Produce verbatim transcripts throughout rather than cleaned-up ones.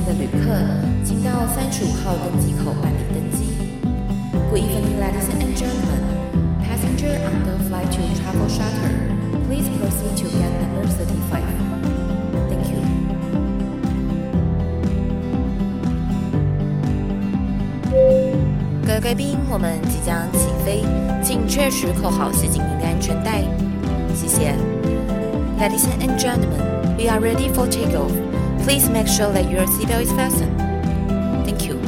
行的旅客，请到三十五号登机口办理登机。Good evening, ladies and gentlemen. Passenger on the flight to Travel Charter, please proceed to gate number thirty-five. Thank you. 各位贵宾，我们即将起飞，请确实扣好系紧您的安全带。谢谢。Ladies and gentlemen, we are ready for takeoff. Please make sure that your seatbelt is fastened. Thank you.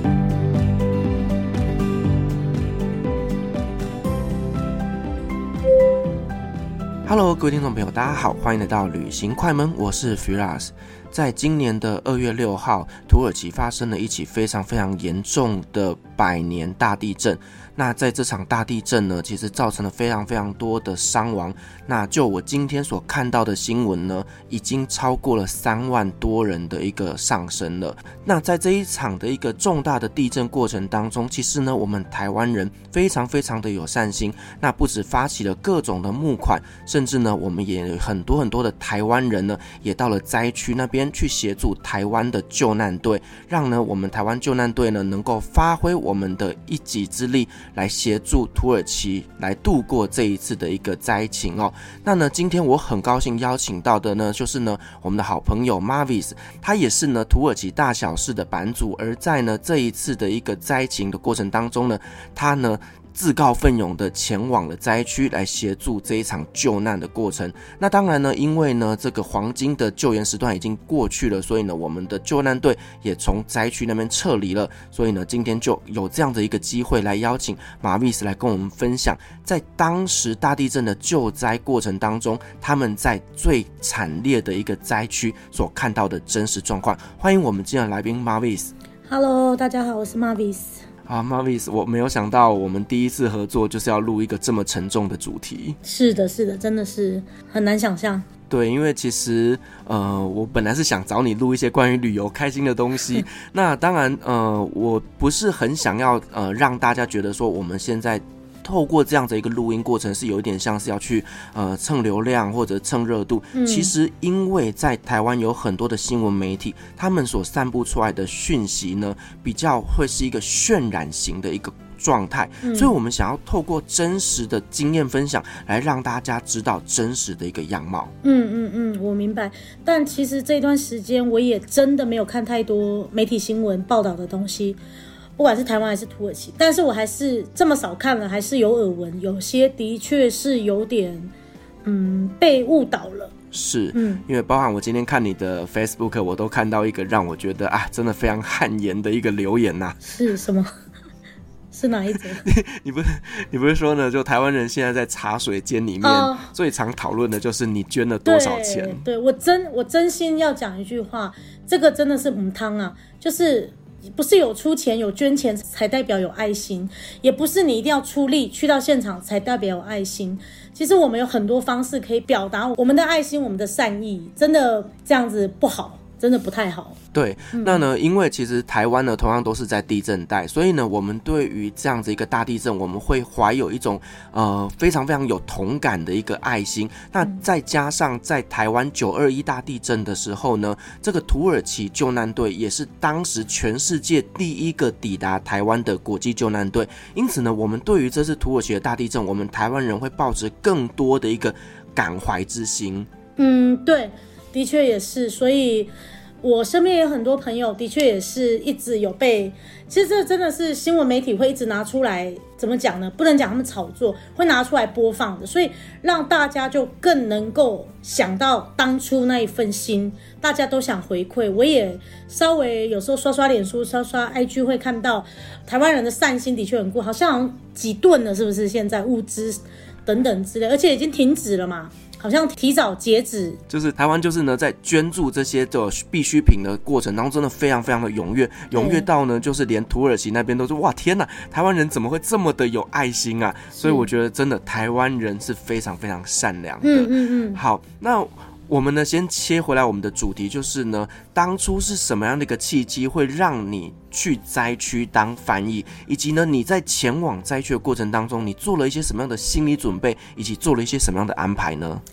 Hello， 各位听众朋友，大家好，欢迎来到旅行快门，我是 Firas。在今年的二月六号，土耳其发生了一起非常非常严重的百年大地震。那在这场大地震呢，其实造成了非常非常多的伤亡。那就我今天所看到的新闻呢，已经超过了三万多人的一个上升了。那在这一场的一个重大的地震过程当中，其实呢，我们台湾人非常非常的有善心。那不止发起了各种的募款，甚至呢，我们也有很多很多的台湾人呢，也到了灾区那边去协助台湾的救难队，让呢我们台湾救难队呢能够发挥我们的一己之力，来协助土耳其来度过这一次的一个灾情哦。那呢，今天我很高兴邀请到的呢，就是呢我们的好朋友 Mavis， 他也是呢土耳其大小事的版主，而在呢这一次的一个灾情的过程当中呢，他呢自告奋勇的前往了灾区来协助这一场救难的过程。那当然呢，因为呢这个黄金的救援时段已经过去了，所以呢我们的救难队也从灾区那边撤离了。所以呢今天就有这样的一个机会来邀请马维斯来跟我们分享，在当时大地震的救灾过程当中，他们在最惨烈的一个灾区所看到的真实状况。欢迎我们今天的来宾马维斯。 Hello， 大家好，我是 Mavis。 啊 ，Mavis， 我没有想到我们第一次合作就是要录一个这么沉重的主题。 是的，是的，真的是很难想象。 对，因为其实呃，我本来是想找你录一些关于旅游开心的东西。那当然，呃，我不是很想要呃让大家觉得说我们现在透过这样的一个录音过程是有一点像是要去呃蹭流量或者蹭热度、嗯、其实因为在台湾有很多的新闻媒体，他们所散布出来的讯息呢比较会是一个渲染型的一个状态、嗯、所以我们想要透过真实的经验分享来让大家知道真实的一个样貌。 嗯嗯嗯，我明白。但其实这段时间我也真的没有看太多媒体新闻报道的东西，不管是台湾还是土耳其，但是我还是这么少看了，还是有耳闻，有些的确是有点嗯被误导了。 是、嗯、因为包含我今天看你的 Facebook， 我都看到一个让我觉得啊，真的非常汗颜的一个留言呐、啊。 是什么？是哪一则？ 你不是你不是说呢？就台湾人现在在茶水间里面、哦、最常讨论的就是你捐了多少钱？ 对，对我真我真心要讲一句话，这个真的是母汤啊，就是不是有出钱有捐钱才代表有爱心，也不是你一定要出力去到现场才代表有爱心。其实我们有很多方式可以表达我们的爱心，我们的善意，真的这样子不好，真的不太好。 对，那呢，因为其实台湾呢同样都是在地震带，所以呢我们对于这样子一个大地震，我们会怀有一种呃非常非常有同感的一个爱心。那再加上在台湾九二一大地震的时候呢，这个土耳其救难队也是当时全世界第一个抵达台湾的国际救难队，因此呢我们对于这次土耳其的大地震，我们台湾人会抱持更多的一个感怀之心。 嗯，对，的确也是。所以我身边也有很多朋友的确也是一直有被，其实这真的是新闻媒体会一直拿出来，怎么讲呢，不能讲他们炒作，会拿出来播放的，所以让大家就更能够想到当初那一份心，大家都想回馈。我也稍微有时候刷刷脸书刷刷 I G 会看到台湾人的善心的确很过，好像几吨了，是不是现在物资等等之类，而且已经停止了嘛，好像提早截止。就是台湾就是呢在捐助这些的必需品的过程当中真的非常非常的踊跃，踊跃到呢就是连土耳其那边都说哇天哪，台湾人怎么会这么的有爱心啊。所以我觉得真的台湾人是非常非常善良的。嗯嗯嗯。好，那我们呢先切回来我们的主题，就是呢当初是什么样的一个契机会让你去灾区当翻译，以及呢你在前往灾区的过程当中你做了一些什么样的心理准备，以及做了一些什么样的安排呢？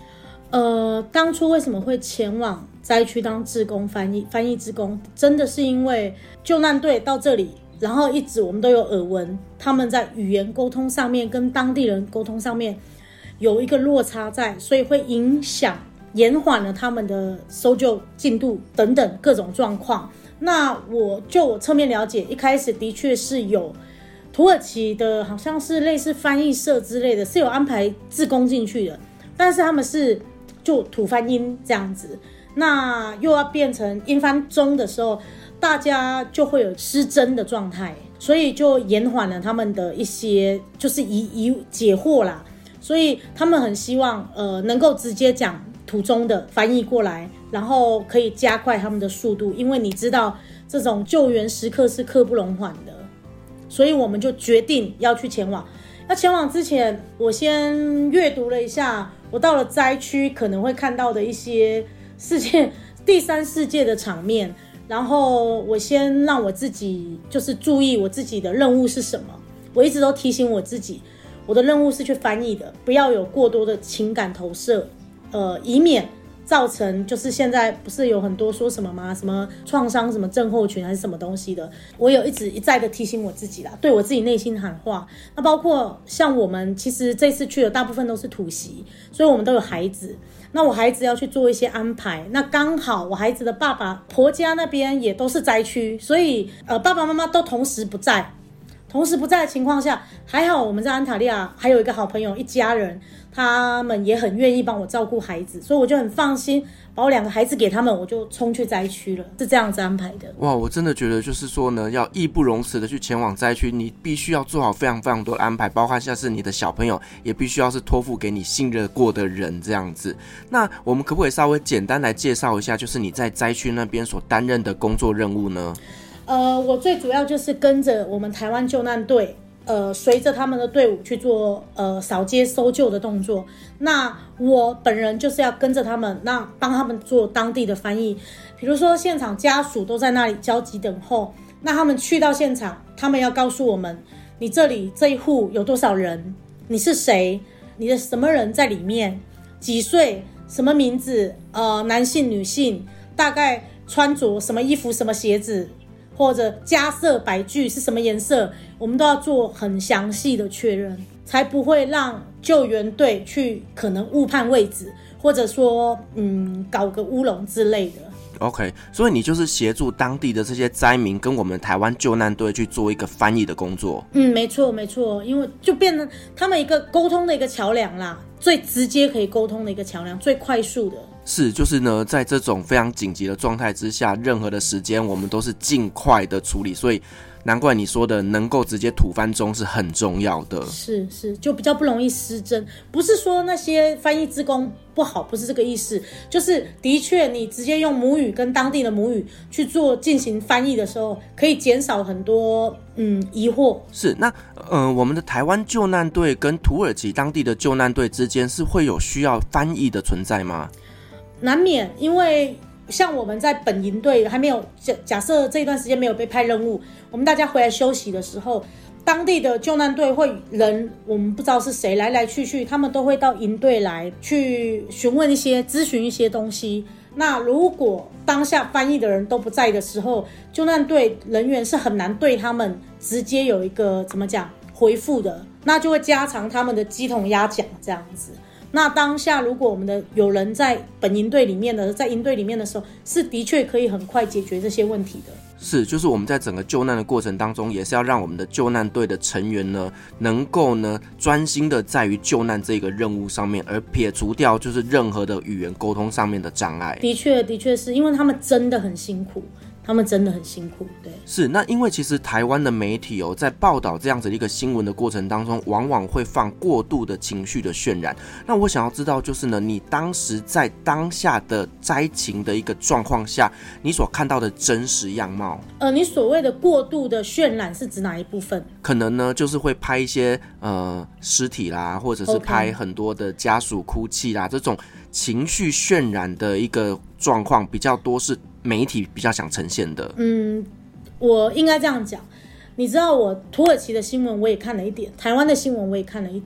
呃，当初为什么会前往灾区当志工翻译翻译志工，真的是因为救难队到这里，然后一直我们都有耳闻，他们在语言沟通上面跟当地人沟通上面有一个落差在，所以会影响延缓了他们的搜救进度等等各种状况。那我就我侧面了解，一开始的确是有土耳其的好像是类似翻译社之类的，是有安排志工进去的，但是他们是就土翻英这样子，那又要变成英翻中的时候，大家就会有失真的状态，所以就延缓了他们的一些就是疑疑解惑啦。所以他们很希望呃能够直接讲土中的翻译过来，然后可以加快他们的速度，因为你知道这种救援时刻是刻不容缓的，所以我们就决定要去前往。那前往之前，我先阅读了一下我到了灾区可能会看到的一些世界第三世界的场面，然后我先让我自己就是注意我自己的任务是什么。我一直都提醒我自己，我的任务是去翻译的，不要有过多的情感投射，呃，以免造成就是现在不是有很多说什么吗？什么创伤什么症候群还是什么东西的？我有一直一再的提醒我自己啦，对我自己内心喊话。那包括像我们其实这次去的大部分都是土籍，所以我们都有孩子。那我孩子要去做一些安排，那刚好我孩子的爸爸婆家那边也都是灾区，所以呃爸爸妈妈都同时不在。同时不在的情况下，还好我们在安塔利亚还有一个好朋友，一家人，他们也很愿意帮我照顾孩子，所以我就很放心，把我两个孩子给他们，我就冲去灾区了，是这样子安排的。 哇，我真的觉得就是说呢，要义不容辞的去前往灾区，你必须要做好非常非常多的安排，包括像是你的小朋友也必须要是托付给你信任过的人这样子。那我们可不可以稍微简单来介绍一下，就是你在灾区那边所担任的工作任务呢？ 呃，我最主要就是跟着我们台湾救难队，呃，随着他们的队伍去做呃扫街搜救的动作。那我本人就是要跟着他们，那帮他们做当地的翻译。比如说现场家属都在那里焦急等候，那他们去到现场，他们要告诉我们，你这里这一户有多少人，你是谁，你的什么人在里面，几岁，什么名字，呃，男性女性，大概穿着什么衣服什么鞋子，或者家设摆具是什么颜色，我们都要做很详细的确认，才不会让救援队去可能误判位置，或者说嗯搞个乌龙之类的。 OK， 所以你就是协助当地的这些灾民跟我们台湾救难队去做一个翻译的工作。 嗯，没错没错，因为就变成他们一个沟通的一个桥梁啦，最直接可以沟通的一个桥梁，最快速的。 是，就是呢，在这种非常紧急的状态之下，任何的时间我们都是尽快的处理，所以难怪你说的能够直接土翻中是很重要的。 是是，就比较不容易失真。不是说那些翻译志工不好，不是这个意思，就是的确你直接用母语跟当地的母语去做进行翻译的时候，可以减少很多嗯疑惑。是， 那呃，我们的台湾救难队跟土耳其当地的救难队之间是会有需要翻译的存在吗？ 难免，因为像我们在本营队还没有假假设这一段时间没有被派任务，我们大家回来休息的时候，当地的救难队会人我们不知道是谁来来去去，他们都会到营队来去询问一些咨询一些东西。那如果当下翻译的人都不在的时候，救难队人员是很难对他们直接有一个怎么讲回复的，那就会加长他们的鸡同鸭讲这样子。那当下如果我们的有人在本营队里面的，在营队里面的时候，是的确可以很快解决这些问题的。 是，就是我们在整个救难的过程当中，也是要让我们的救难队的成员呢，能够呢专心的在于救难这个任务上面，而撇除掉就是任何的语言沟通上面的障碍。 的确，的确是因为他们真的很辛苦。他们真的很辛苦，对。 是，那因为其实台湾的媒体哦，在报道这样子的一个新闻的过程当中，往往会放过度的情绪的渲染。那我想要知道，就是呢，你当时在当下的灾情的一个状况下，你所看到的真实样貌。 呃，你所谓的过度的渲染是指哪一部分？ 可能呢，就是会拍一些呃尸体啦，或者是拍很多的家属哭泣啦， okay. 这种情绪渲染的一个状况比较多，是媒体比较想呈现的。 嗯，我应该这样讲。你知道我土耳其的新闻我也看了一点，台湾的新闻我也看了一点。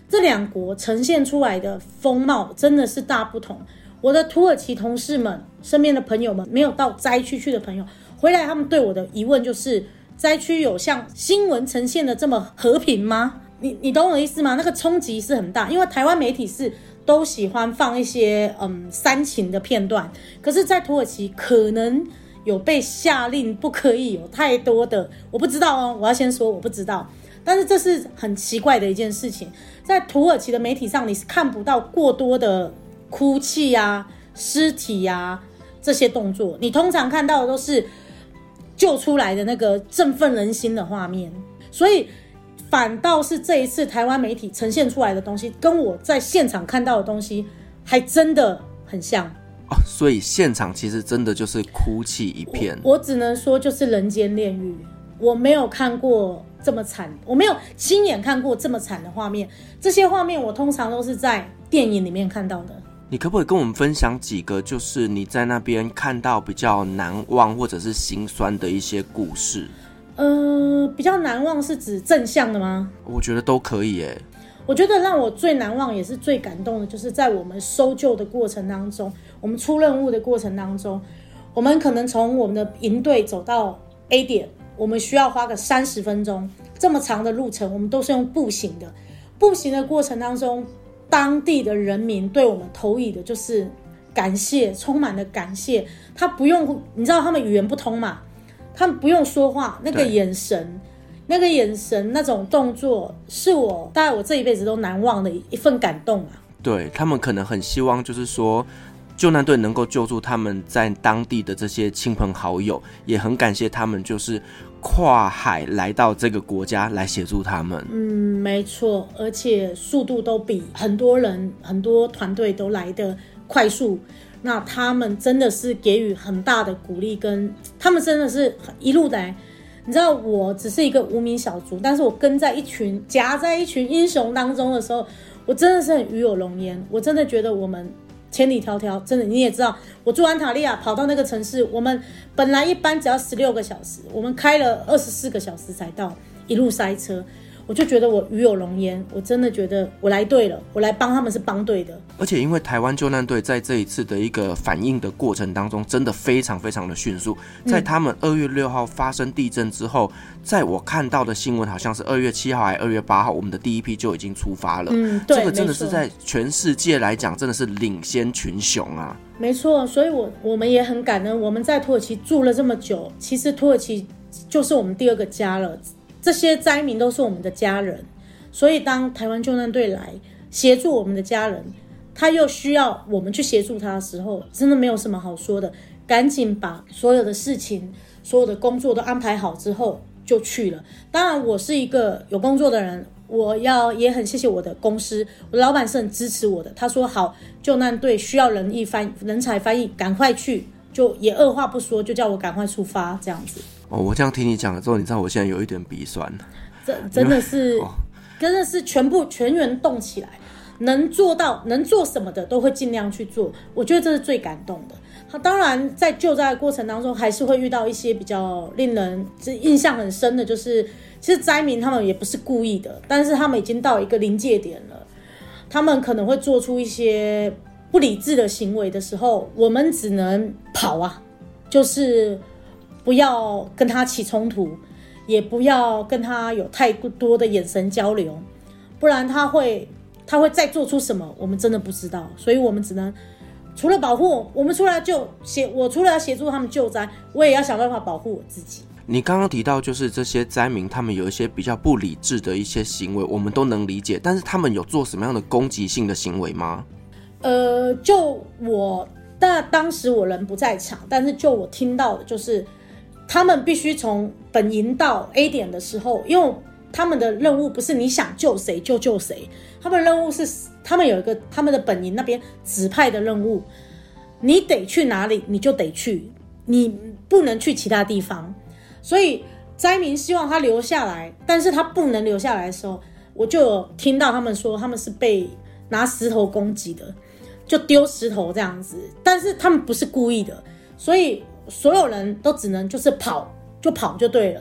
这两国呈现出来的风貌真的是大不同。我的土耳其同事们，身边的朋友们，没有到灾区去的朋友回来，他们对我的疑问就是：灾区有像新闻呈现的这么和平吗？你你懂我的意思吗？那个冲击是很大，因为台湾媒体是都喜欢放一些嗯煽情的片段，可是，在土耳其可能有被下令不可以有太多的，我不知道哦，我要先说我不知道。但是这是很奇怪的一件事情，在土耳其的媒体上，你是看不到过多的哭泣啊、尸体啊这些动作，你通常看到的都是救出来的那个振奋人心的画面。所以反倒是这一次台湾媒体呈现出来的东西，跟我在现场看到的东西还真的很像。 哦，所以现场其实真的就是哭泣一片。 我, 我只能说就是人间炼狱，我没有看过这么惨，我没有亲眼看过这么惨的画面。这些画面我通常都是在电影里面看到的。 你可不可以跟我们分享几个就是你在那边看到比较难忘或者是心酸的一些故事？ 呃，比较难忘是指正向的吗？ 我觉得都可以耶。 我觉得让我最难忘也是最感动的，就是在我们搜救的过程当中，我们出任务的过程当中，我们可能从我们的营队走到 A 点，我们需要花个三十分钟，这么长的路程我们都是用步行的。步行的过程当中，当地的人民对我们投以的就是感谢，充满了感谢。他不用，你知道他们语言不通嘛，他们不用说话，那个眼神那个眼神那种动作是我大概我这一辈子都难忘的一份感动啊。 对，他们可能很希望就是说救难队能够救助他们在当地的这些亲朋好友，也很感谢他们就是跨海来到这个国家来协助他们。 嗯，没错，而且速度都比很多人很多团队都来得快速。那他们真的是给予很大的鼓励，跟他们真的是一路来。你知道我只是一个无名小卒，但是我跟在一群夹在一群英雄当中的时候，我真的是很与有荣焉。我真的觉得我们千里迢迢，真的你也知道，我住安塔利亚跑到那个城市，我们本来一班只要十六个小时，我们开了二十四个小时才到，一路塞车。我就觉得我与有荣焉，我真的觉得我来对了，我来帮他们是帮对的。 而且因为台湾救难队在这一次的一个反应的过程当中，真的非常非常的迅速。在他们二月六号发生地震之后，在我看到的新闻好像是二月七号还二月八号，我们的第一批就已经出发了。嗯，对，这个真的是在全世界来讲，真的是领先群雄啊。 没错，所以我我们也很感恩，我们在土耳其住了这么久，其实土耳其就是我们第二个家了。这些灾民都是我们的家人，所以当台湾救难队来协助我们的家人，他又需要我们去协助他的时候，真的没有什么好说的，赶紧把所有的事情所有的工作都安排好之后就去了。当然我是一个有工作的人，我要也很谢谢我的公司，我的老板是很支持我的，他说好，救难队需要人力翻人才翻译，赶快去，就也二话不说就叫我赶快出发这样子。 哦，我这样听你讲了之后，你知道我现在有一点鼻酸。 这真的是、哦、真的是全部全员动起来，能做到能做什么的都会尽量去做，我觉得这是最感动的。他当然在救灾的过程当中还是会遇到一些比较令人印象很深的，就是其实灾民他们也不是故意的，但是他们已经到一个临界点了，他们可能会做出一些不理智的行为的时候，我们只能跑啊，就是不要跟他起冲突，也不要跟他有太多的眼神交流，不然他会他会再做出什么我们真的不知道。所以我们只能除了保护我们除了救我除了要协助他们救灾，我也要想办法保护我自己。 你刚刚提到就是这些灾民他们有一些比较不理智的一些行为，我们都能理解，但是他们有做什么样的攻击性的行为吗？呃， 就我但当时我人不在场，但是就我听到的就是他们必须从本营到 A 点的时候，因为他们的任务不是你想救谁就救谁，他们的任务是他们有一个他们的本营那边指派的任务，你得去哪里你就得去，你不能去其他地方。所以灾民希望他留下来，但是他不能留下来的时候，我就有听到他们说他们是被拿石头攻击的，就丢石头这样子，但是他们不是故意的，所以所有人都只能就是跑就跑就对了，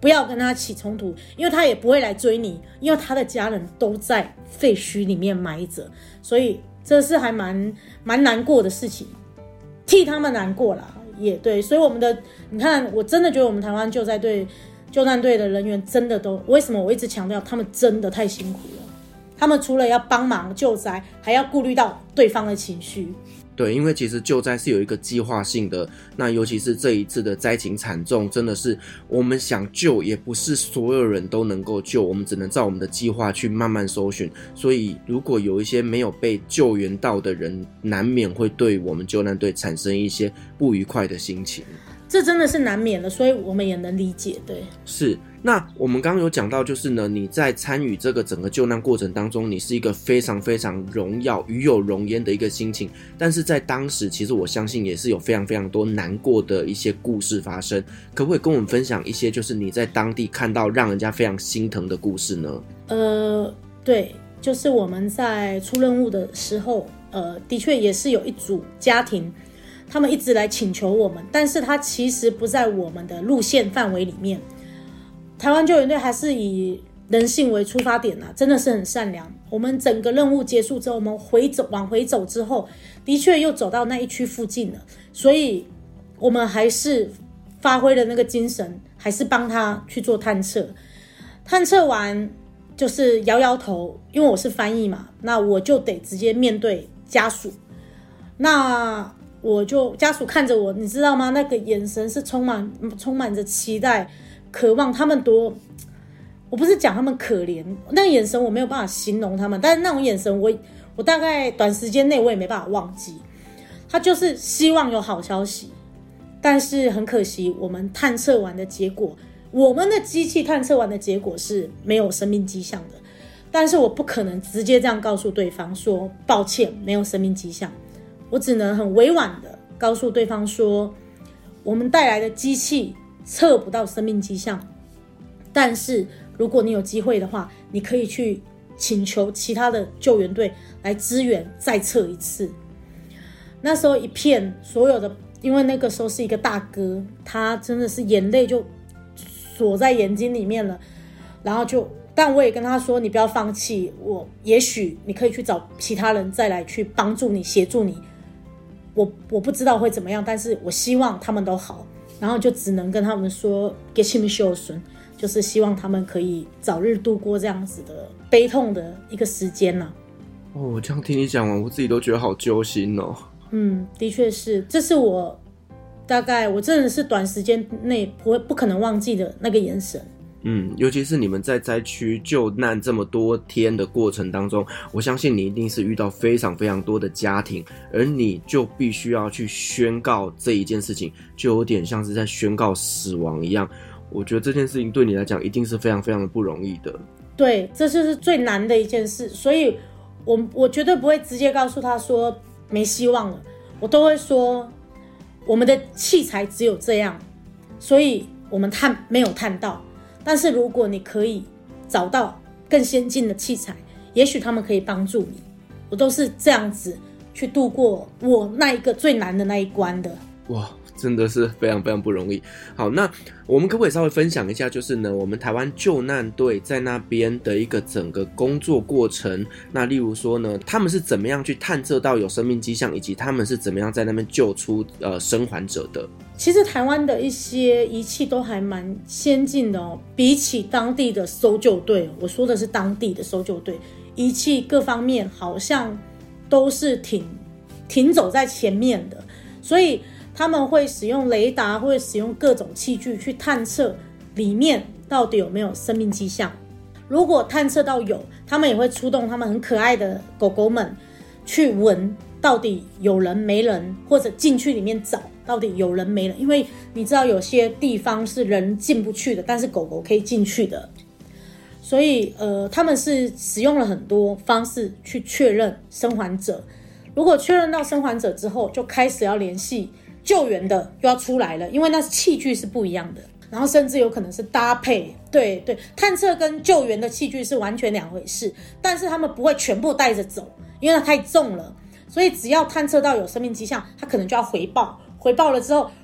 不要跟他起冲突，因为他也不会来追你，因为他的家人都在废墟里面埋着，所以这是还蛮蛮难过的事情，替他们难过啦，也对。所以我们的，你看，我真的觉得我们台湾救灾队、救难队的人员真的都，为什么我一直强调他们真的太辛苦了？他们除了要帮忙救灾，还要顾虑到对方的情绪。 对，因为其实救灾是有一个计划性的，那尤其是这一次的灾情惨重，真的是我们想救也不是所有人都能够救，我们只能照我们的计划去慢慢搜寻，所以如果有一些没有被救援到的人，难免会对我们救难队产生一些不愉快的心情， 这真的是难免的，所以我们也能理解。对， 是。那我们刚刚有讲到，就是呢，你在参与这个整个救难过程当中，你是一个非常非常荣耀、与有荣焉的一个心情。但是在当时，其实我相信也是有非常非常多难过的一些故事发生。可不可以跟我们分享一些，就是你在当地看到让人家非常心疼的故事呢？ 呃，对，就是我们在出任务的时候，呃，的确也是有一组家庭，他们一直来请求我们，但是他其实不在我们的路线范围里面。台湾救援队还是以人性为出发点啊，真的是很善良。我们整个任务结束之后，我们回走往回走之后，的确又走到那一区附近了，所以我们还是发挥了那个精神，还是帮他去做探测。探测完就是摇摇头，因为我是翻译嘛，那我就得直接面对家属。那我就家属看着我，你知道吗？那个眼神是充满充满着期待。渴望，他们多，我不是讲他们可怜，那个眼神我没有办法形容他们，但是那种眼神我我大概短时间内我也没办法忘记，他就是希望有好消息，但是很可惜我们探测完的结果，我们的机器探测完的结果是没有生命迹象的，但是我不可能直接这样告诉对方说抱歉没有生命迹象，我只能很委婉的告诉对方说我们带来的机器测不到生命迹象，但是如果你有机会的话，你可以去请求其他的救援队来支援再测一次。那时候一片所有的，因为那个时候是一个大哥，他真的是眼泪就锁在眼睛里面了，然后就但我也跟他说你不要放弃，我也许你可以去找其他人再来去帮助你协助你，我我不知道会怎么样，但是我希望他们都好，然后就只能跟他们说给他们孝顺，就是希望他们可以早日度过这样子的悲痛的一个时间啊。 哦，我这样听你讲完，我自己都觉得好揪心哦。 嗯，的确是，这是我大概我真的是短时间内不会不可能忘记的那个眼神。 嗯，尤其是你们在灾区救难这么多天的过程当中，我相信你一定是遇到非常非常多的家庭，而你就必须要去宣告这一件事情，就有点像是在宣告死亡一样。我觉得这件事情对你来讲一定是非常非常的不容易的。 对，这就是最难的一件事，所以我我绝对不会直接告诉他说没希望了，我都会说我们的器材只有这样，所以我们探没有探到，但是如果你可以找到更先进的器材，也许他们可以帮助你。我都是这样子去度过我那一个最难的那一关的。 哇，真的是非常非常不容易。好，那我们可不可以稍微分享一下，就是呢，我们台湾救难队在那边的一个整个工作过程？那例如说呢，他们是怎么样去探测到有生命迹象，以及他们是怎么样在那边救出呃生还者的？ 其实台湾的一些仪器都还蛮先进的哦，比起当地的搜救队，我说的是当地的搜救队，仪器各方面好像都是挺挺走在前面的，所以他们会使用雷达，会使用各种器具去探测里面到底有没有生命迹象。如果探测到有，他们也会出动他们很可爱的狗狗们去闻到底有人没人，或者进去里面找到底有人没人，因为你知道有些地方是人进不去的，但是狗狗可以进去的，所以呃，他们是使用了很多方式去确认生还者。如果确认到生还者之后，就开始要联系救援的，又要出来了，因为那器具是不一样的，然后甚至有可能是搭配，对对，探测跟救援的器具是完全两回事，但是他们不会全部带着走，因为它太重了，所以只要探测到有生命迹象，他可能就要回报，回报了之后，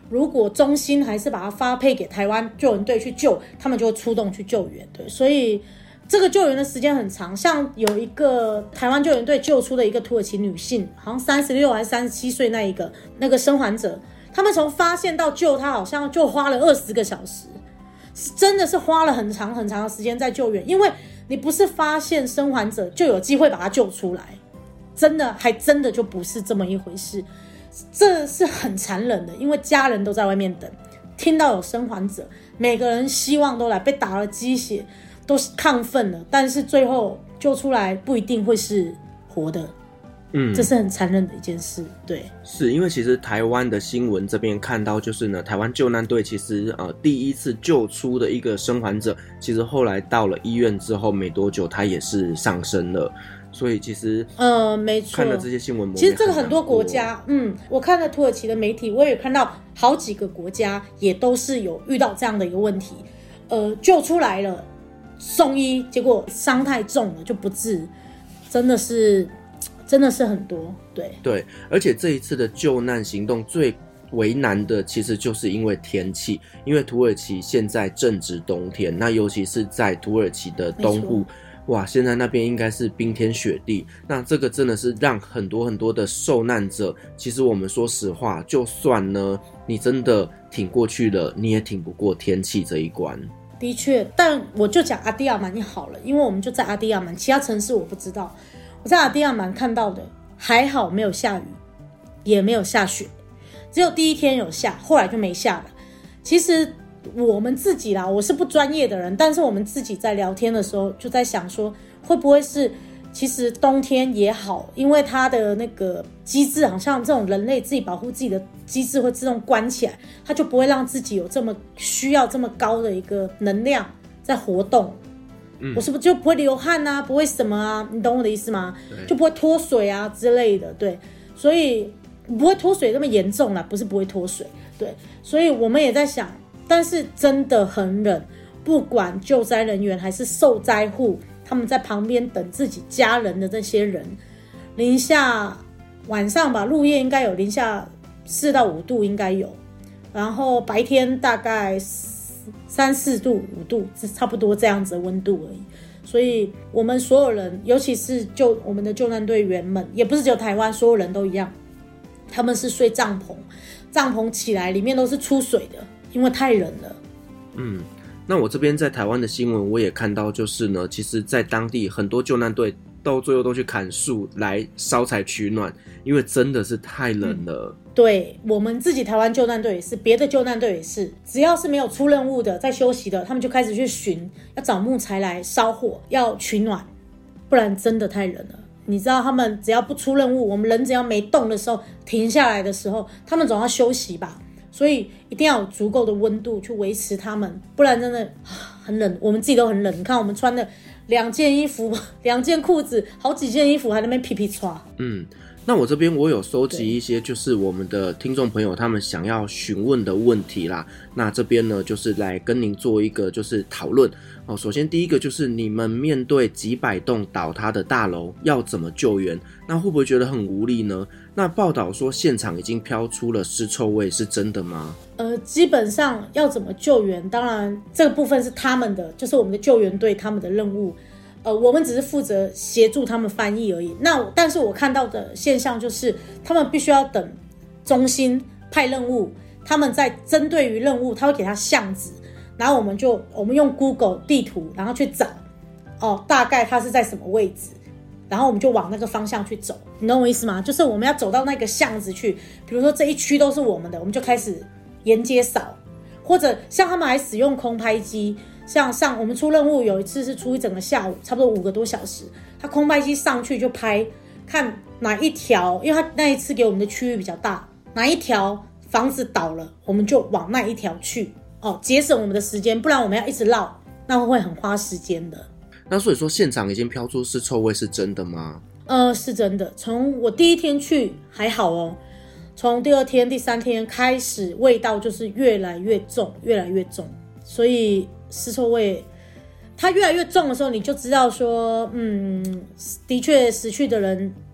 如果中心还是把它发配给台湾救援队去救，他们就会出动去救援。对，所以这个救援的时间很长，像有一个台湾救援队救出的一个土耳其女性，好像三十六还是三十七岁那一个那个生还者，他们从发现到救她好像就花了二十个小时，真的是花了很长很长的时间在救援，因为你不是发现生还者就有机会把他救出来，真的还真的就不是这么一回事，这是很残忍的，因为家人都在外面等，听到有生还者，每个人希望都来，被打了鸡血，都是亢奋了，但是最后救出来不一定会是活的。嗯，这是很残忍的一件事。对， 是因为其实台湾的新闻这边看到，就是呢，台湾救难队其实呃第一次救出的一个生还者，其实后来到了医院之后没多久，他也是上升了。所以其实呃没错， 看了这些新闻， 其实这个很多国家，嗯，我看了土耳其的媒体，我也看到好几个国家也都是有遇到这样的一个问题，呃，救出来了，送医，结果伤太重了就不治，真的是。真的是很多，对对，而且这一次的救难行动最为难的，其实就是因为天气，因为土耳其现在正值冬天，那尤其是在土耳其的东部，哇，现在那边应该是冰天雪地，那这个真的是让很多很多的受难者，其实我们说实话，就算呢你真的挺过去了，你也挺不过天气这一关。 的确，但我就讲阿迪亚曼就好了，因为我们就在阿迪亚曼，其他城市我不知道。我在阿迪亚曼看到的还好没有下雨，也没有下雪，只有第一天有下，后来就没下了。其实我们自己啦，我是不专业的人，但是我们自己在聊天的时候就在想说，会不会是其实冬天也好，因为它的那个机制好像这种人类自己保护自己的机制会自动关起来，它就不会让自己有这么需要这么高的一个能量在活动。嗯、我是不是就不会流汗啊，不会什么啊，你懂我的意思吗？就不会脱水啊之类的，对，所以不会脱水那么严重啦，不是不会脱水，对，所以我们也在想，但是真的很冷，不管救灾人员还是受灾户，他们在旁边等自己家人的这些人，零下晚上吧，入夜应该有零下四到五度应该有，然后白天大概三四度五度，差不多这样子的温度而已。所以我们所有人，尤其是救我们的救难队员们，也不是只有台湾，所有人都一样，他们是睡帐篷，帐篷起来里面都是出水的，因为太冷了。 嗯，那我这边在台湾的新闻我也看到，就是呢，其实在当地很多救难队到最后都去砍树来烧柴取暖，因为真的是太冷了。嗯， 对，我们自己台湾救难队也是，别的救难队也是，只要是没有出任务的，在休息的，他们就开始去寻，要找木材来烧火，要取暖，不然真的太冷了。你知道他们只要不出任务，我们人只要没动的时候，停下来的时候，他们总要休息吧，所以一定要有足够的温度去维持他们，不然真的很冷，我们自己都很冷。你看我们穿的两件衣服，两件裤子，好几件衣服，还在那边噼噼唰。嗯， 那我这边我有收集一些就是我们的听众朋友他们想要询问的问题啦，那这边呢就是来跟您做一个就是讨论哦。首先第一个就是你们面对几百栋倒塌的大楼要怎么救援，那会不会觉得很无力呢？那报道说现场已经飘出了尸臭味，是真的吗？ 呃，基本上要怎么救援，当然这个部分是他们的，就是我们的救援队他们的任务，呃，我们只是负责协助他们翻译而已。那但是我看到的现象就是，他们必须要等中心派任务，他们在针对于任务，他会给他巷子，然后我们就我们用 Google 地图，然后去找，哦，大概它是在什么位置，然后我们就往那个方向去走，你懂我意思吗？就是我们要走到那个巷子去，比如说这一区都是我们的，我们就开始沿街扫，或者像他们还使用空拍机。像上我们出任务有一次是出一整个下午，差不多五个多小时，他空拍机上去就拍，看哪一条，因为他那一次给我们的区域比较大，哪一条房子倒了，我们就往那一条去，哦，节省我们的时间，不然我们要一直绕，那会很花时间的。 那所以说现场已经飘出尸臭味是真的吗？ 呃，是真的，从我第一天去还好哦，从第二天第三天开始味道就是越来越重越来越重，所以尸臭味它越来越重的时候，你就知道说，嗯，的确死去的人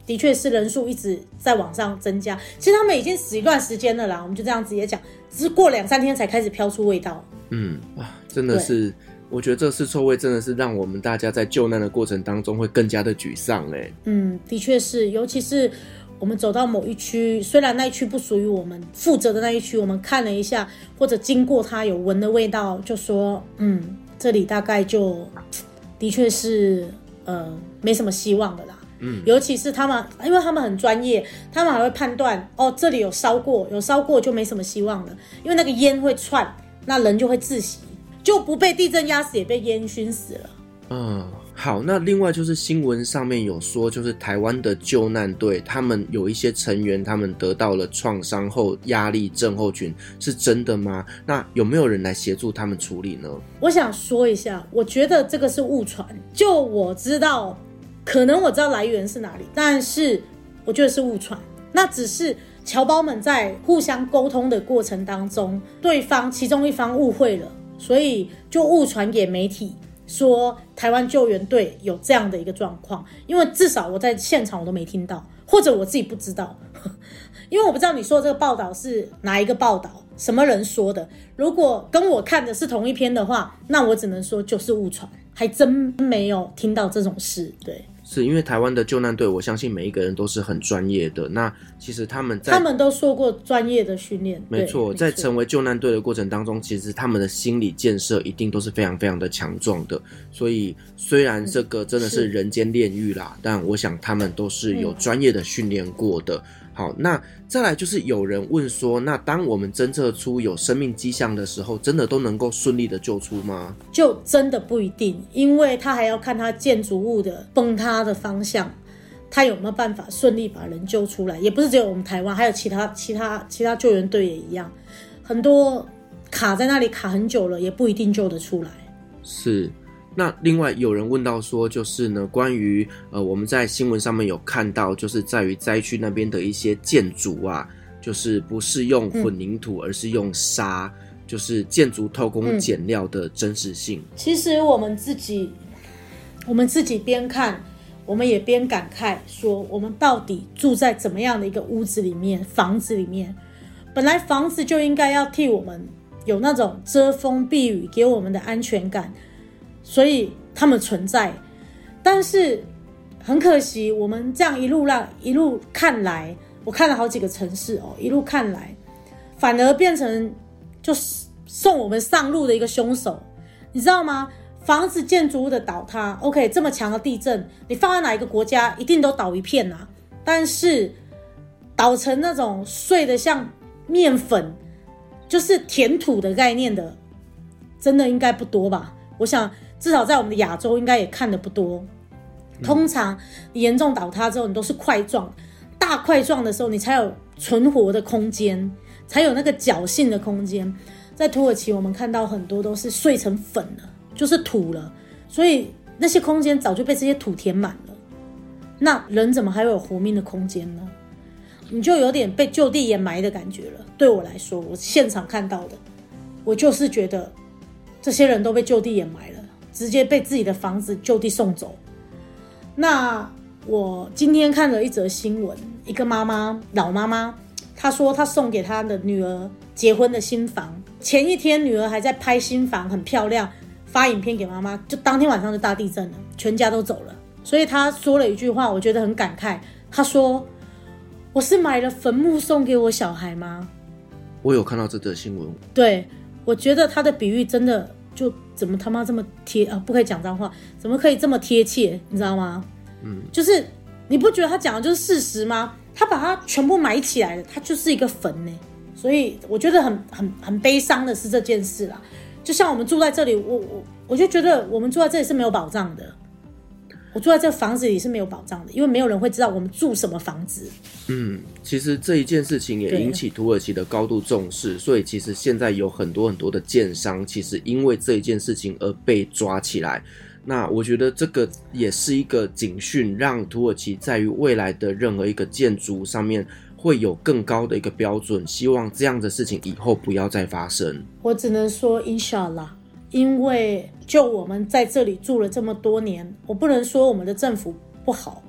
的确是人数一直在往上增加。其实他们已经死一段时间了啦，我们就这样直接讲，只是过两三天才开始飘出味道。 嗯，哇，真的是，我觉得这尸臭味真的是让我们大家在救难的过程当中会更加的沮丧嘞。 嗯，的确是，尤其是我们走到某一区，虽然那一区不属于我们负责的那一区，我们看了一下，或者经过它有闻的味道，就说，嗯，这里大概就的确是呃没什么希望的啦。嗯，尤其是他们，因为他们很专业，他们还会判断，哦，这里有烧过，有烧过就没什么希望了，因为那个烟会窜，那人就会窒息，就不被地震压死，也被烟熏死了。 嗯，好，那另外就是新闻上面有说，就是台湾的救难队，他们有一些成员，他们得到了创伤后压力症候群，是真的吗？那有没有人来协助他们处理呢？ 我想说一下，我觉得这个是误传，就我知道。可能我知道来源是哪里，但是我觉得是误传。那只是侨胞们在互相沟通的过程当中，对方其中一方误会了，所以就误传给媒体说台湾救援队有这样的一个状况。因为至少我在现场我都没听到，或者我自己不知道，因为我不知道你说的这个报道是哪一个报道，什么人说的。如果跟我看的是同一篇的话，那我只能说就是误传，还真没有听到这种事。对。 是因为台湾的救难队，我相信每一个人都是很专业的。那其实他们在他们都受过专业的训练， 没错，在成为救难队的过程当中，其实他们的心理建设一定都是非常非常的强壮的。所以虽然这个真的是人间炼狱啦，嗯、但我想他们都是有专业的训练过的。嗯好，那再来就是有人问说，那当我们侦测出有生命迹象的时候，真的都能够顺利的救出吗？ 就真的不一定，因为他还要看他建筑物的崩塌的方向，他有没有办法顺利把人救出来。也不是只有我们台湾，还有其他其他其他救援队也一样，很多卡在那里卡很久了，也不一定救得出来。 是。那另外有人问到说，就是呢，关于呃我们在新闻上面有看到，就是在于灾区那边的一些建筑啊，就是不是用混凝土，嗯、而是用沙，就是建筑偷工减料的真实性。嗯、 其实我们自己，我们自己边看，我们也边感慨说，我们到底住在怎么样的一个屋子里面，房子里面，本来房子就应该要替我们有那种遮风避雨，给我们的安全感。所以他们存在，但是很可惜，我们这样一路让一路看来，我看了好几个城市哦，一路看来，反而变成就是送我们上路的一个凶手，你知道吗？房子建筑物的倒塌 ，OK， 这么强的地震，你放在哪一个国家，一定都倒一片啊。但是倒成那种碎的像面粉，就是填土的概念的，真的应该不多吧？我想。至少在我们的亚洲应该也看得不多。通常你严重倒塌之后，你都是块状，大块状的时候，你才有存活的空间，才有那个侥幸的空间。在土耳其，我们看到很多都是碎成粉了，就是土了，所以那些空间早就被这些土填满了。那人怎么还有活命的空间呢？你就有点被就地掩埋的感觉了。对我来说，我现场看到的，我就是觉得这些人都被就地掩埋了。直接被自己的房子就地送走。那我今天看了一则新闻，一个妈妈，老妈妈，她说她送给她的女儿结婚的新房，前一天女儿还在拍新房，很漂亮，发影片给妈妈，就当天晚上就大地震了，全家都走了。所以她说了一句话，我觉得很感慨，她说：“我是买了坟墓送给我小孩吗？” 我有看到这则新闻。 对，我觉得她的比喻真的。就怎么他妈这么贴啊？不可以讲脏话，怎么可以这么贴切？你知道吗？嗯，就是你不觉得他讲的就是事实吗？他把它全部埋起来了，它就是一个坟呢。所以我觉得很很很悲伤的是这件事啦。就像我们住在这里，我我我就觉得我们住在这里是没有保障的。我住在这个房子里是没有保障的，因为没有人会知道我们住什么房子。 嗯，其实这一件事情也引起土耳其的高度重视，所以其实现在有很多很多的建商，其实因为这一件事情而被抓起来。那我觉得这个也是一个警讯，让土耳其在于未来的任何一个建筑上面会有更高的一个标准，希望这样的事情以后不要再发生。 我只能说 Inshallah， 因为就我们在这里住了这么多年，我不能说我们的政府不好，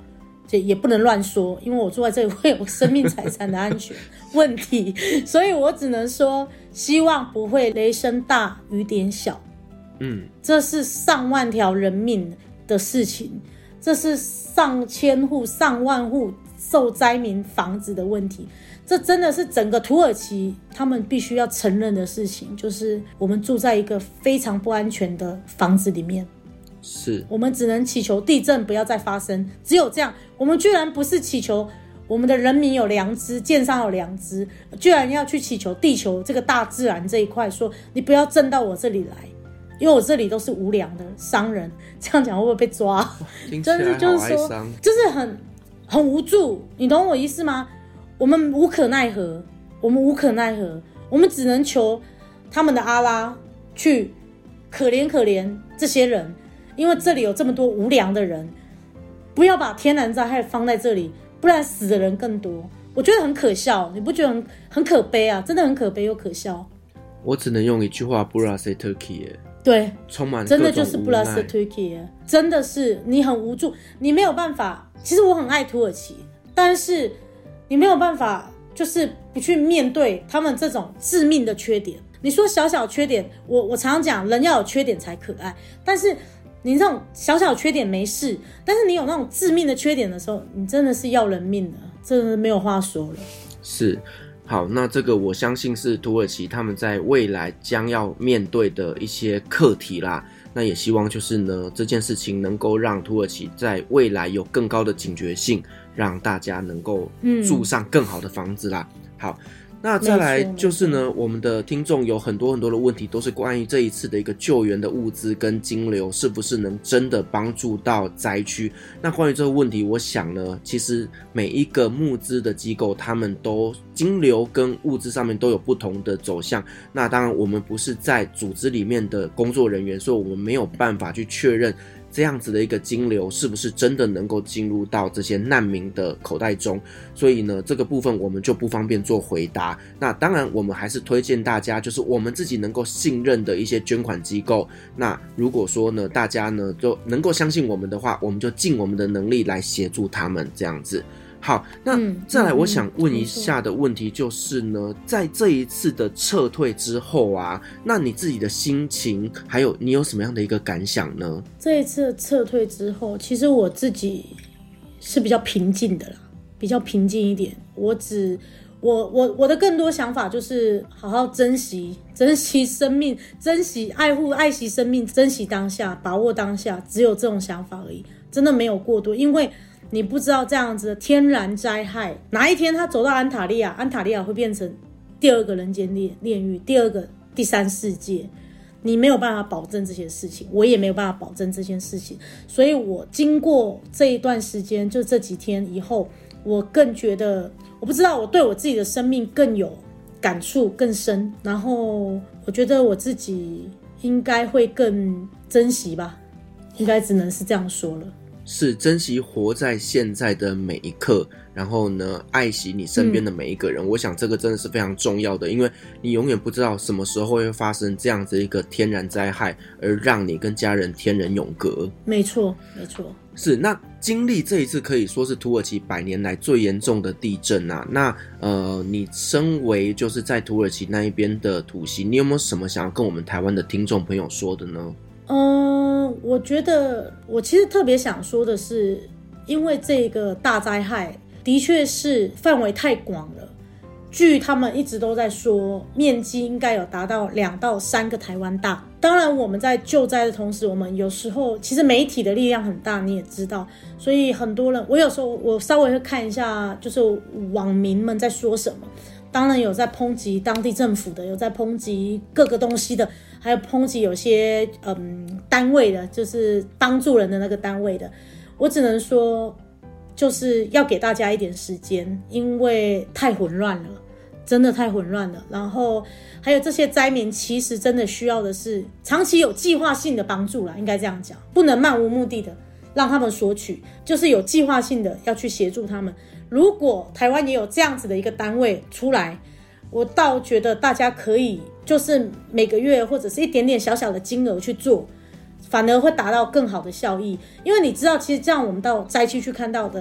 也不能乱说，因为我住在这里会有生命财产的安全问题，所以我只能说希望不会雷声大雨点小。嗯，这是上万条人命的事情，这是上千户上万户受灾民房子的问题，这真的是整个土耳其他们必须要承认的事情，就是我们住在一个非常不安全的房子里面。 是， 我们只能祈求地震不要再发生，只有这样。我们居然不是祈求我们的人民有良知，建商有良知，居然要去祈求地球这个大自然这一块，说你不要震到我这里来，因为我这里都是无良的商人。这样讲会不会被抓？ 听起来好哀伤， 就是说，就是很很无助，你懂我意思吗？我们无可奈何，我们无可奈何，我们只能求他们的阿拉去可怜可怜这些人。因为这里有这么多无良的人，不要把天然灾害放在这里，不然死的人更多。我觉得很可笑，你不觉得 很, 很可悲啊？真的很可悲又可笑。 我只能用一句话 Burası Türkiye， 对， 充满真的就是 Burası Türkiye， 真的是你很无助，你没有办法。其实我很爱土耳其，但是你没有办法就是不去面对他们这种致命的缺点。你说小小缺点，我我常常讲人要有缺点才可爱，但是你这种小小缺点没事，但是你有那种致命的缺点的时候，你真的是要人命的，真的没有话说了。 是，好，那这个我相信是土耳其他们在未来将要面对的一些课题啦。那也希望就是呢，这件事情能够让土耳其在未来有更高的警觉性，让大家能够住上更好的房子啦。嗯、好。那再来就是呢，我们的听众有很多很多的问题，都是关于这一次的一个救援的物资跟金流是不是能真的帮助到灾区。那关于这个问题，我想呢，其实每一个募资的机构，他们都金流跟物资上面都有不同的走向。那当然我们不是在组织里面的工作人员，所以我们没有办法去确认这样子的一个金流是不是真的能够进入到这些难民的口袋中，所以呢这个部分我们就不方便做回答。那当然我们还是推荐大家就是我们自己能够信任的一些捐款机构，那如果说呢大家呢就能够相信我们的话，我们就尽我们的能力来协助他们这样子。好，那再来我想问一下的问题就是呢、嗯、在这一次的撤退之后啊，那你自己的心情还有你有什么样的一个感想呢？ 这一次的撤退之后，其实我自己是比较平静的啦，比较平静一点。我只我我我的更多想法就是好好珍惜珍惜生命，珍惜爱护爱惜生命，珍惜当下，把握当下，只有这种想法而已，真的没有过多。因为你不知道这样子的天然灾害哪一天他走到安塔利亚，安塔利亚会变成第二个人间炼狱，第二个第三世界，你没有办法保证这些事情，我也没有办法保证这件事情。所以我经过这一段时间，就这几天以后，我更觉得我不知道我对我自己的生命更有感触更深，然后我觉得我自己应该会更珍惜吧，应该只能是这样说了。 是珍惜活在现在的每一刻，然后呢爱惜你身边的每一个人、嗯、我想这个真的是非常重要的，因为你永远不知道什么时候会发生这样子一个天然灾害，而让你跟家人天人永隔。 没错没错。 是，那经历这一次可以说是土耳其百年来最严重的地震啊，那呃，你身为就是在土耳其那一边的土籍，你有没有什么想要跟我们台湾的听众朋友说的呢？ 嗯，我觉得我其实特别想说的是，因为这个大灾害的确是范围太广了，据他们一直都在说，面积应该有达到两到三个台湾大。当然我们在救灾的同时，我们有时候其实媒体的力量很大，你也知道，所以很多人，我有时候我稍微会看一下就是网民们在说什么，当然有在抨击当地政府的，有在抨击各个东西的，还有抨击有些嗯单位的，就是帮助人的那个单位的。我只能说就是要给大家一点时间，因为太混乱了，真的太混乱了。然后还有这些灾民其实真的需要的是长期有计划性的帮助啦，应该这样讲，不能漫无目的的让他们索取，就是有计划性的要去协助他们。如果台湾也有这样子的一个单位出来，我倒觉得大家可以就是每个月或者是一点点小小的金额去做，反而会达到更好的效益。因为你知道其实这样我们到灾区去看到的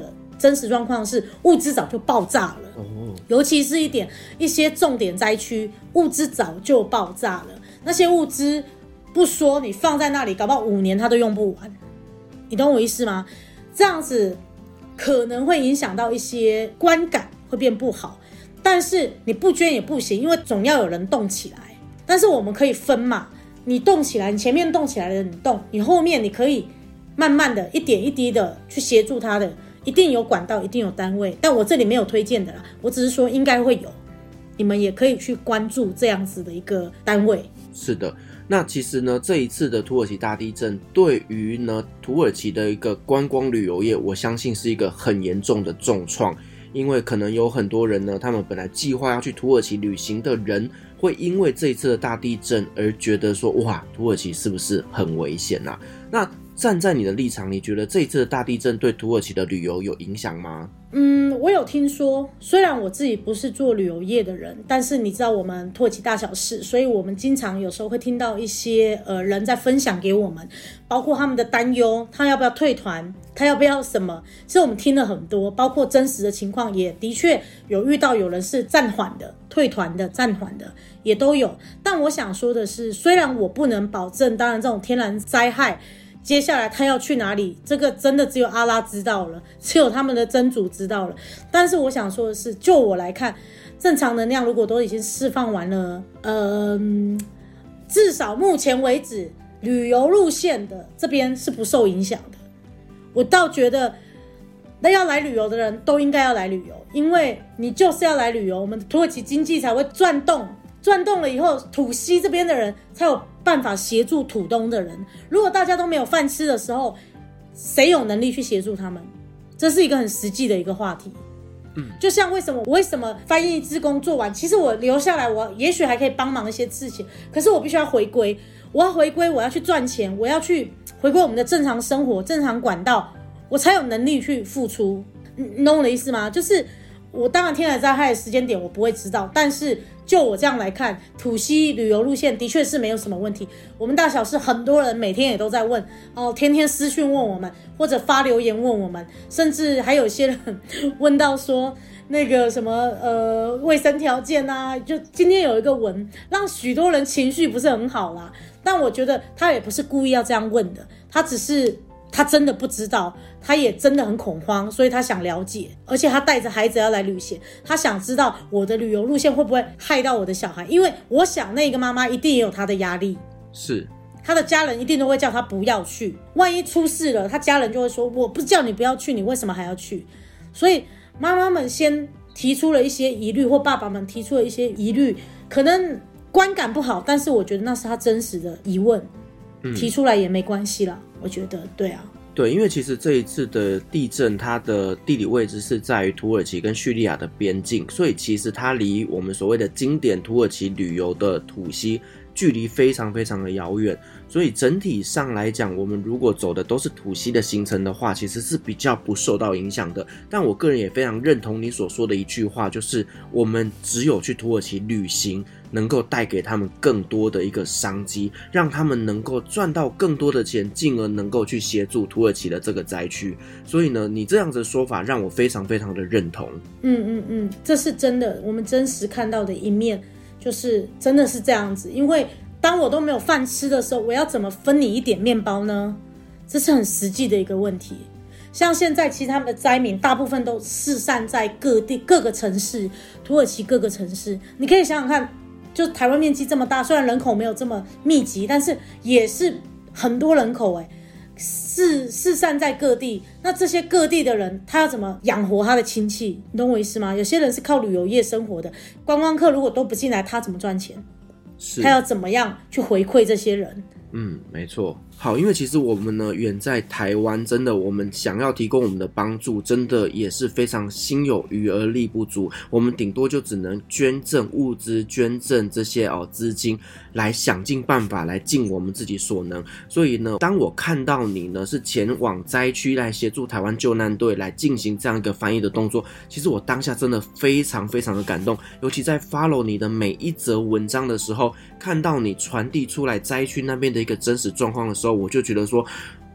真实状况是物资早就爆炸了、哦、尤其是一点一些重点灾区物资早就爆炸了，那些物资不说你放在那里搞不好五年它都用不完，你懂我意思吗？这样子可能会影响到一些观感会变不好，但是你不捐也不行，因为总要有人动起来。但是我们可以分嘛，你动起来，你前面动起来的你动，你后面你可以慢慢的一点一滴的去协助他的，一定有管道，一定有单位，但我这里没有推荐的啦，我只是说应该会有，你们也可以去关注这样子的一个单位。 是的，那其实呢，这一次的土耳其大地震对于呢土耳其的一个观光旅游业，我相信是一个很严重的重创，因为可能有很多人呢，他们本来计划要去土耳其旅行的人，会因为这一次的大地震而觉得说，哇，土耳其是不是很危险啊？那站在你的立场，你觉得这一次的大地震对土耳其的旅游有影响吗？ 嗯，我有听说，虽然我自己不是做旅游业的人，但是你知道我们土耳其大小事，所以我们经常有时候会听到一些呃人在分享给我们，包括他们的担忧，他要不要退团，他要不要什么，其实我们听了很多，包括真实的情况也的确有遇到有人是暂缓的、退团的、暂缓的也都有。但我想说的是，虽然我不能保证，当然这种天然灾害接下来他要去哪里，这个真的只有阿拉知道了，只有他们的真主知道了。但是我想说的是，就我来看，正常能量如果都已经释放完了，呃，至少目前为止旅游路线的这边是不受影响的。我倒觉得那要来旅游的人都应该要来旅游，因为你就是要来旅游，我们土耳其经济才会转动，转动了以后土西这边的人才有办法协助土东的人。如果大家都没有饭吃的时候，谁有能力去协助他们？这是一个很实际的一个话题。嗯，就像为什么我为什么翻译志工做完，其实我留下来，我也许还可以帮忙一些事情，可是我必须要回归，我要回归，我要去赚钱，我要去回归我们的正常生活、正常管道，我才有能力去付出。你懂我的意思吗？就是我当然天然灾害的时间点我不会知道，但是就我这样来看，土西旅游路线的确是没有什么问题。我们大小事很多人每天也都在问哦，天天私讯问我们，或者发留言问我们，甚至还有些人问到说那个什么呃卫生条件啊，就今天有一个文让许多人情绪不是很好啦。但我觉得他也不是故意要这样问的，他只是他真的不知道，他也真的很恐慌，所以他想了解，而且他带着孩子要来旅行，他想知道我的旅游路线会不会害到我的小孩，因为我想那个妈妈一定也有她的压力， 是他的家人一定都会叫他不要去，万一出事了，他家人就会说我不叫你不要去，你为什么还要去？所以妈妈们先提出了一些疑虑，或爸爸们提出了一些疑虑，可能观感不好，但是我觉得那是他真实的疑问，嗯、提出来也没关系啦，我觉得对啊。 对，因为其实这一次的地震，它的地理位置是在于土耳其跟叙利亚的边境，所以其实它离我们所谓的经典土耳其旅游的土西距离非常非常的遥远，所以整体上来讲，我们如果走的都是土西的行程的话，其实是比较不受到影响的。但我个人也非常认同你所说的一句话，就是我们只有去土耳其旅行，能够带给他们更多的一个商机，让他们能够赚到更多的钱，进而能够去协助土耳其的这个灾区。所以呢，你这样子的说法让我非常非常的认同。 嗯嗯嗯，这是真的，我们真实看到的一面。就是真的是这样子，因为当我都没有饭吃的时候，我要怎么分你一点面包呢？这是很实际的一个问题。像现在其实他们的灾民大部分都四散在各地各个城市，土耳其各个城市，你可以想想看，就台湾面积这么大，虽然人口没有这么密集，但是也是很多人口哎，四四散在各地。那这些各地的人，他要怎么养活他的亲戚？你懂我意思吗？有些人是靠旅游业生活的，观光客如果都不进来，他怎么赚钱？他要怎么样去回馈这些人？ 嗯，没错。好，因为其实我们呢远在台湾，真的我们想要提供我们的帮助，真的也是非常心有余而力不足。我们顶多就只能捐赠物资、捐赠这些哦资金，来想尽办法来尽我们自己所能。所以呢，当我看到你呢是前往灾区来协助台湾救难队来进行这样一个翻译的动作，其实我当下真的非常非常的感动。尤其在 follow 你的每一则文章的时候，看到你传递出来灾区那边的一个真实状况的时候，我就觉得说，哇，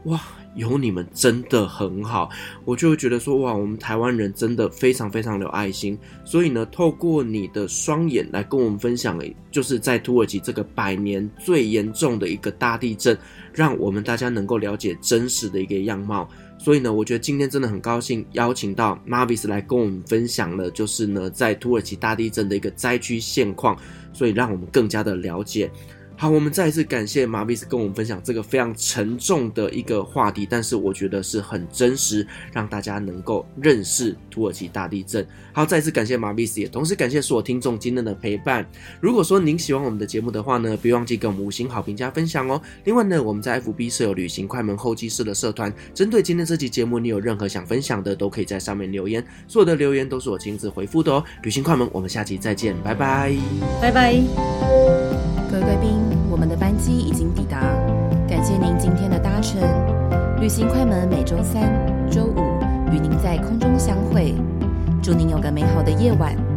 有你们真的很好，我就会觉得说哇，我们台湾人真的非常非常的有爱心。所以呢，透过你的双眼来跟我们分享，就是在土耳其这个百年最严重的一个大地震，让我们大家能够了解真实的一个样貌。所以呢，我觉得今天真的很高兴邀请到 Mavis 来跟我们分享了，就是呢在土耳其大地震的一个灾区现况，所以让我们更加的了解。好，我们再一次感谢 Mavis 跟我们分享这个非常沉重的一个话题，但是我觉得是很真实，让大家能够认识土耳其大地震。好，再一次感谢 Mavis， 也同时感谢所有听众今天的陪伴。如果说您喜欢我们的节目的话呢，别忘记给我们五星好评加分享哦。另外呢，我们在 F B 设有旅行快门候机室的社团，针对今天这期节目你有任何想分享的，都可以在上面留言，所有的留言都是我亲自回复的哦。旅行快门，我们下期再见，拜拜， 拜拜。 各位贵宾，我们的班机已经抵达，感谢您今天的搭乘。旅行快门每周三、周五与您在空中相会，祝您有个美好的夜晚。